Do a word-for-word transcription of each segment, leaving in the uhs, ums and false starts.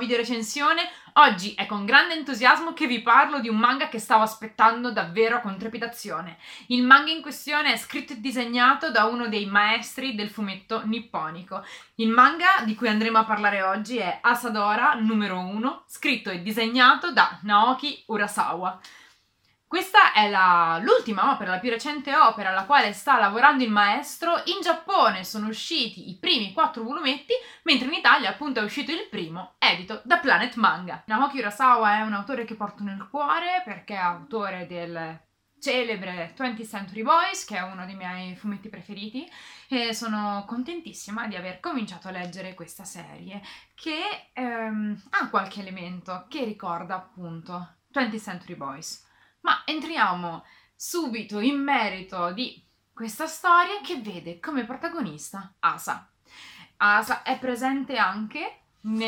video recensione. Oggi è con grande entusiasmo che vi parlo di un manga che stavo aspettando davvero con trepidazione. Il manga in questione è scritto e disegnato da uno dei maestri del fumetto nipponico. Il manga di cui andremo a parlare oggi è Asadora numero uno, scritto e disegnato da Naoki Urasawa. Questa è la, l'ultima opera, la più recente opera alla quale sta lavorando il maestro. In Giappone sono usciti i primi quattro volumetti, mentre in Italia appunto è uscito il primo, edito da Planet Manga. Naoki Urasawa è un autore che porto nel cuore perché è autore del celebre twentieth Century Boys, che è uno dei miei fumetti preferiti, e sono contentissima di aver cominciato a leggere questa serie che ehm, ha qualche elemento che ricorda appunto twentieth Century Boys. Ma entriamo subito in merito di questa storia che vede come protagonista Asa. Asa è presente anche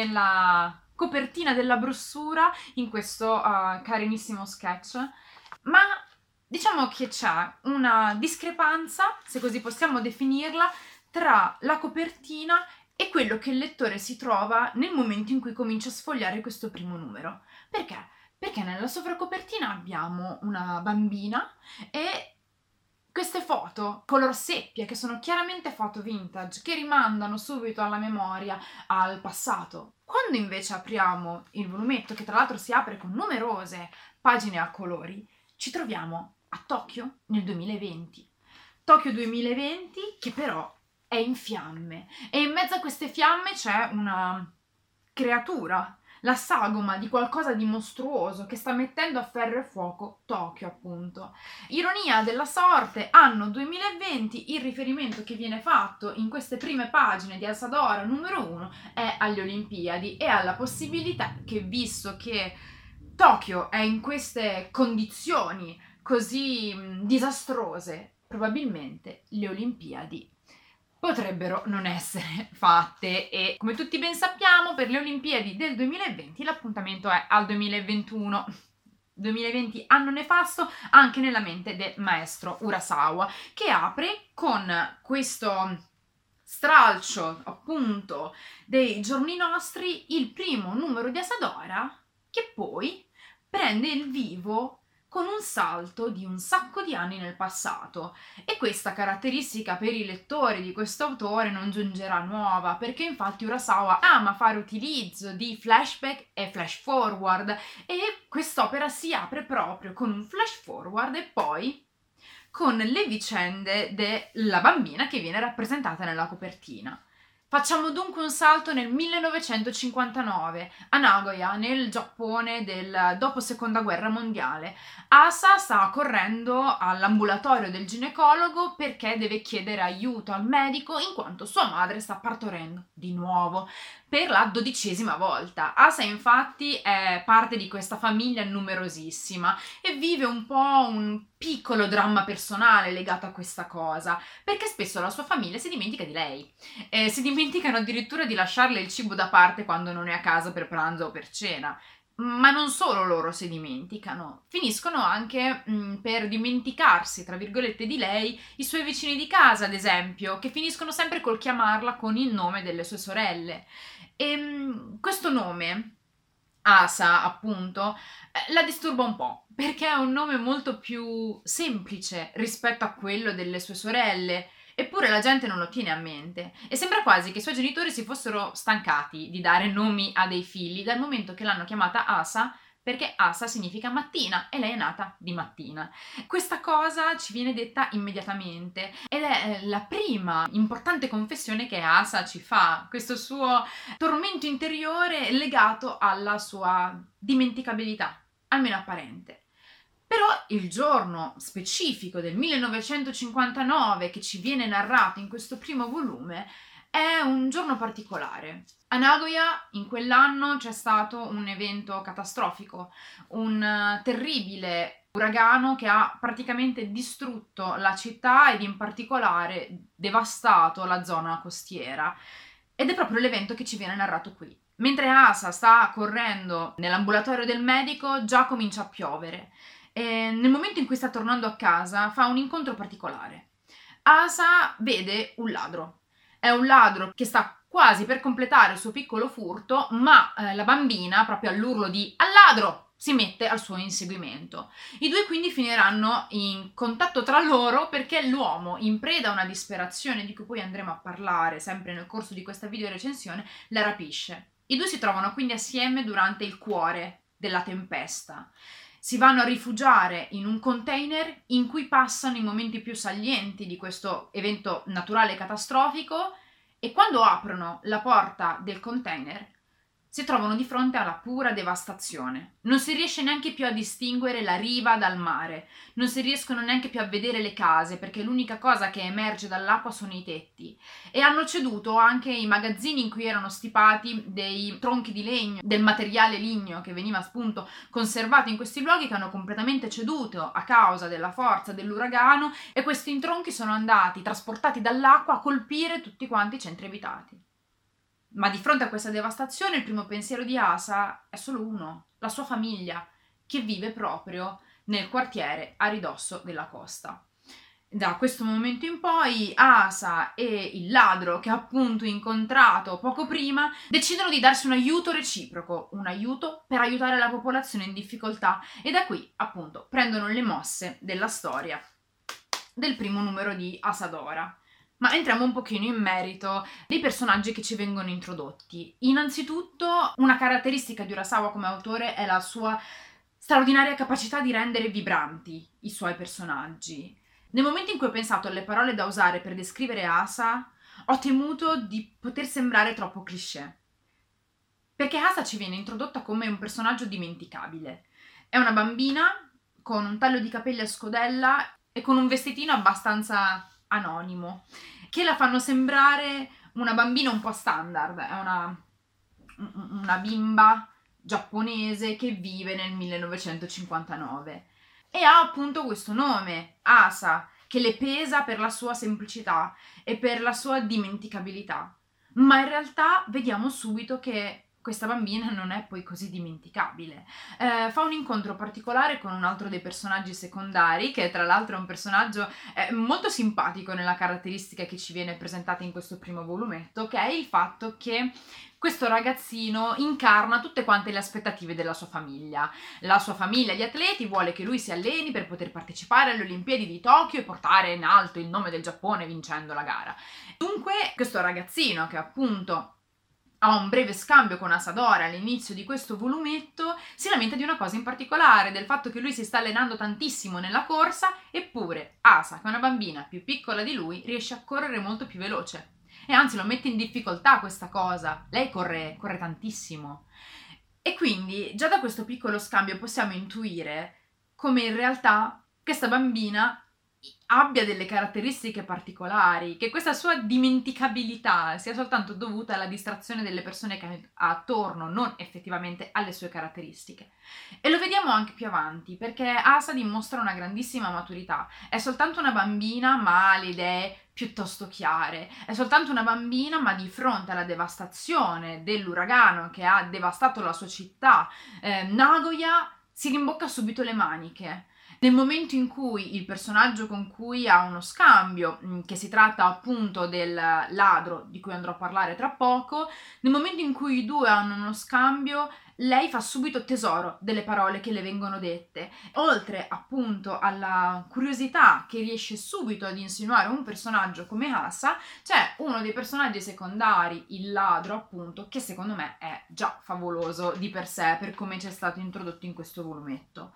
nella copertina della brossura in questo uh, carinissimo sketch, ma diciamo che c'è una discrepanza, se così possiamo definirla, tra la copertina e quello che il lettore si trova nel momento in cui comincia a sfogliare questo primo numero. Perché? Perché nella sovracopertina abbiamo una bambina e queste foto color seppia, che sono chiaramente foto vintage, che rimandano subito alla memoria, al passato. Quando invece apriamo il volumetto, che tra l'altro si apre con numerose pagine a colori, ci troviamo a Tokyo nel duemilaventi. Tokyo duemilaventi che però è in fiamme, e in mezzo a queste fiamme c'è una creatura, la sagoma di qualcosa di mostruoso che sta mettendo a ferro e fuoco Tokyo, appunto. Ironia della sorte, anno duemilaventi, il riferimento che viene fatto in queste prime pagine di Asadora numero uno è alle Olimpiadi e alla possibilità che, visto che Tokyo è in queste condizioni così mh, disastrose, probabilmente le Olimpiadi potrebbero non essere fatte, e come tutti ben sappiamo per le Olimpiadi del duemilaventi l'appuntamento è al duemilaventuno. duemilaventi anno nefasto anche nella mente del maestro Urasawa, che apre con questo stralcio appunto dei giorni nostri, il primo numero di Asadora, che poi prende il vivo con un salto di un sacco di anni nel passato. E questa caratteristica per i lettori di questo autore non giungerà nuova, perché infatti Urasawa ama fare utilizzo di flashback e flash forward, e quest'opera si apre proprio con un flash forward e poi con le vicende della bambina che viene rappresentata nella copertina. Facciamo dunque un salto nel millenovecentocinquantanove, a Nagoya, nel Giappone del dopo seconda guerra mondiale. Asa sta correndo all'ambulatorio del ginecologo perché deve chiedere aiuto al medico in quanto sua madre sta partorendo di nuovo per la dodicesima volta. Asa infatti è parte di questa famiglia numerosissima e vive un po' un piccolo dramma personale legato a questa cosa, perché spesso la sua famiglia si dimentica di lei. Eh, si dimenticano addirittura di lasciarle il cibo da parte quando non è a casa per pranzo o per cena. Ma non solo loro si dimenticano, finiscono anche mh, per dimenticarsi, tra virgolette, di lei, i suoi vicini di casa, ad esempio, che finiscono sempre col chiamarla con il nome delle sue sorelle. E mh, questo nome, Asa, appunto, eh, la disturba un po', perché è un nome molto più semplice rispetto a quello delle sue sorelle. Eppure la gente non lo tiene a mente e sembra quasi che i suoi genitori si fossero stancati di dare nomi a dei figli, dal momento che l'hanno chiamata Asa, perché Asa significa mattina e lei è nata di mattina. Questa cosa ci viene detta immediatamente ed è la prima importante confessione che Asa ci fa, questo suo tormento interiore legato alla sua dimenticabilità, almeno apparente. Però il giorno specifico del millenovecentocinquantanove che ci viene narrato in questo primo volume è un giorno particolare. A Nagoya in quell'anno c'è stato un evento catastrofico, un terribile uragano che ha praticamente distrutto la città ed in particolare devastato la zona costiera. Ed è proprio l'evento che ci viene narrato qui. Mentre Asa sta correndo nell'ambulatorio del medico, già comincia a piovere. E nel momento in cui sta tornando a casa fa un incontro particolare. Asa vede un ladro. È un ladro che sta quasi per completare il suo piccolo furto, ma eh, la bambina, proprio all'urlo di "al ladro", si mette al suo inseguimento. I due quindi finiranno in contatto tra loro perché l'uomo, in preda a una disperazione di cui poi andremo a parlare sempre nel corso di questa video recensione, la rapisce. I due si trovano quindi assieme durante il cuore della tempesta. Si vanno a rifugiare in un container in cui passano i momenti più salienti di questo evento naturale catastrofico, e quando aprono la porta del container si trovano di fronte alla pura devastazione. Non si riesce neanche più a distinguere la riva dal mare, non si riescono neanche più a vedere le case perché l'unica cosa che emerge dall'acqua sono i tetti, e hanno ceduto anche i magazzini in cui erano stipati dei tronchi di legno, del materiale ligneo che veniva appunto conservato in questi luoghi, che hanno completamente ceduto a causa della forza dell'uragano, e questi tronchi sono andati trasportati dall'acqua a colpire tutti quanti i centri abitati. Ma di fronte a questa devastazione il primo pensiero di Asa è solo uno: la sua famiglia, che vive proprio nel quartiere a ridosso della costa. Da questo momento in poi Asa e il ladro che ha appunto incontrato poco prima decidono di darsi un aiuto reciproco, un aiuto per aiutare la popolazione in difficoltà, e da qui appunto prendono le mosse della storia del primo numero di Asadora. Ma entriamo un pochino in merito dei personaggi che ci vengono introdotti. Innanzitutto, una caratteristica di Urasawa come autore è la sua straordinaria capacità di rendere vibranti i suoi personaggi. Nel momento in cui ho pensato alle parole da usare per descrivere Asa, ho temuto di poter sembrare troppo cliché. Perché Asa ci viene introdotta come un personaggio dimenticabile. È una bambina con un taglio di capelli a scodella e con un vestitino abbastanza anonimo, che la fanno sembrare una bambina un po' standard. È una, una bimba giapponese che vive nel millenovecentocinquantanove e ha appunto questo nome, Asa, che le pesa per la sua semplicità e per la sua dimenticabilità. Ma in realtà vediamo subito che questa bambina non è poi così dimenticabile. Eh, fa un incontro particolare con un altro dei personaggi secondari, che tra l'altro è un personaggio eh, molto simpatico nella caratteristica che ci viene presentata in questo primo volumetto, che è il fatto che questo ragazzino incarna tutte quante le aspettative della sua famiglia. La sua famiglia di atleti vuole che lui si alleni per poter partecipare alle Olimpiadi di Tokyo e portare in alto il nome del Giappone vincendo la gara. Dunque questo ragazzino, che appunto ha un breve scambio con Asadora all'inizio di questo volumetto, si lamenta di una cosa in particolare, del fatto che lui si sta allenando tantissimo nella corsa, eppure Asa, che è una bambina più piccola di lui, riesce a correre molto più veloce. E anzi lo mette in difficoltà questa cosa. Lei corre, corre tantissimo. E quindi già da questo piccolo scambio possiamo intuire come in realtà questa bambina abbia delle caratteristiche particolari, che questa sua dimenticabilità sia soltanto dovuta alla distrazione delle persone che ha attorno, non effettivamente alle sue caratteristiche. E lo vediamo anche più avanti, perché Asa dimostra una grandissima maturità. È soltanto una bambina, ma ha le idee piuttosto chiare. È soltanto una bambina, ma di fronte alla devastazione dell'uragano che ha devastato la sua città, eh, Nagoya, si rimbocca subito le maniche. Nel momento in cui il personaggio con cui ha uno scambio, che si tratta appunto del ladro di cui andrò a parlare tra poco, nel momento in cui i due hanno uno scambio, lei fa subito tesoro delle parole che le vengono dette. Oltre appunto alla curiosità che riesce subito ad insinuare un personaggio come Asa, c'è uno dei personaggi secondari, il ladro appunto, che secondo me è già favoloso di per sé per come ci è stato introdotto in questo volumetto.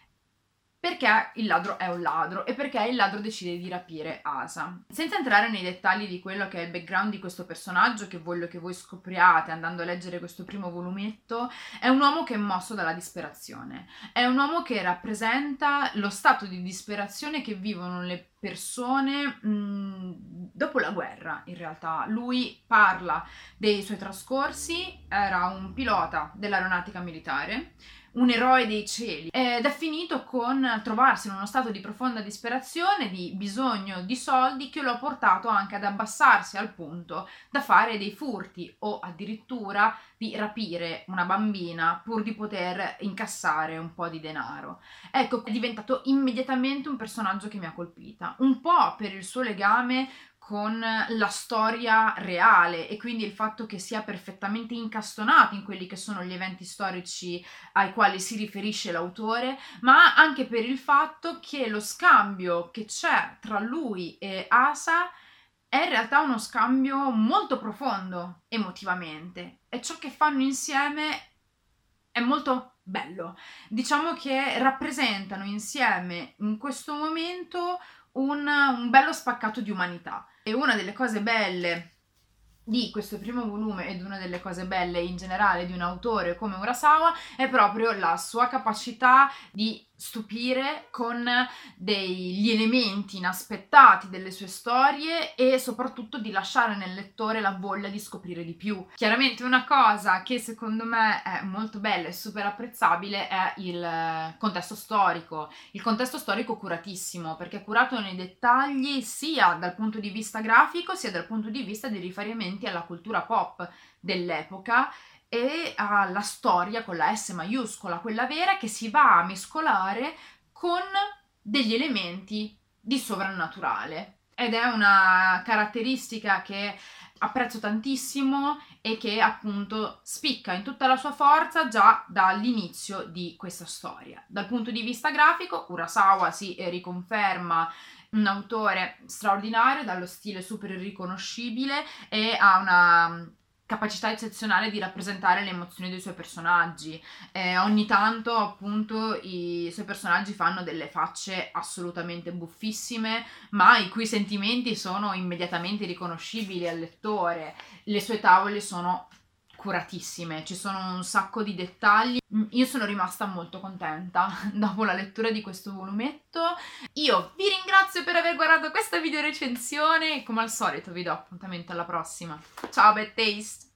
Perché il ladro è un ladro e perché il ladro decide di rapire Asa. Senza entrare nei dettagli di quello che è il background di questo personaggio, che voglio che voi scopriate andando a leggere questo primo volumetto, è un uomo che è mosso dalla disperazione. È un uomo che rappresenta lo stato di disperazione che vivono le persone mh, dopo la guerra, in realtà. Lui parla dei suoi trascorsi, era un pilota dell'aeronautica militare, un eroe dei cieli, ed è finito con trovarsi in uno stato di profonda disperazione, di bisogno di soldi, che lo ha portato anche ad abbassarsi al punto da fare dei furti o addirittura di rapire una bambina pur di poter incassare un po' di denaro. Ecco, è diventato immediatamente un personaggio che mi ha colpita, un po' per il suo legame con la storia reale e quindi il fatto che sia perfettamente incastonato in quelli che sono gli eventi storici ai quali si riferisce l'autore, ma anche per il fatto che lo scambio che c'è tra lui e Asa è in realtà uno scambio molto profondo emotivamente e ciò che fanno insieme è molto bello. Diciamo che rappresentano insieme in questo momento un, un bello spaccato di umanità. E una delle cose belle di questo primo volume ed una delle cose belle in generale di un autore come Urasawa è proprio la sua capacità di stupire con degli elementi inaspettati delle sue storie e soprattutto di lasciare nel lettore la voglia di scoprire di più. Chiaramente una cosa che secondo me è molto bella e super apprezzabile è il contesto storico. Il contesto storico curatissimo, perché è curato nei dettagli sia dal punto di vista grafico sia dal punto di vista dei riferimenti alla cultura pop dell'epoca e alla storia con la S maiuscola, quella vera, che si va a mescolare con degli elementi di sovrannaturale. Ed è una caratteristica che apprezzo tantissimo e che appunto spicca in tutta la sua forza già dall'inizio di questa storia. Dal punto di vista grafico, Urasawa si riconferma un autore straordinario, dallo stile super riconoscibile e ha una capacità eccezionale di rappresentare le emozioni dei suoi personaggi. Eh, ogni tanto appunto i suoi personaggi fanno delle facce assolutamente buffissime, ma i cui sentimenti sono immediatamente riconoscibili al lettore. Le sue tavole sono curatissime, ci sono un sacco di dettagli. Io sono rimasta molto contenta dopo la lettura di questo volumetto. Io vi ringrazio per aver guardato questa video recensione e come al solito vi do appuntamento alla prossima. Ciao Bad Taste!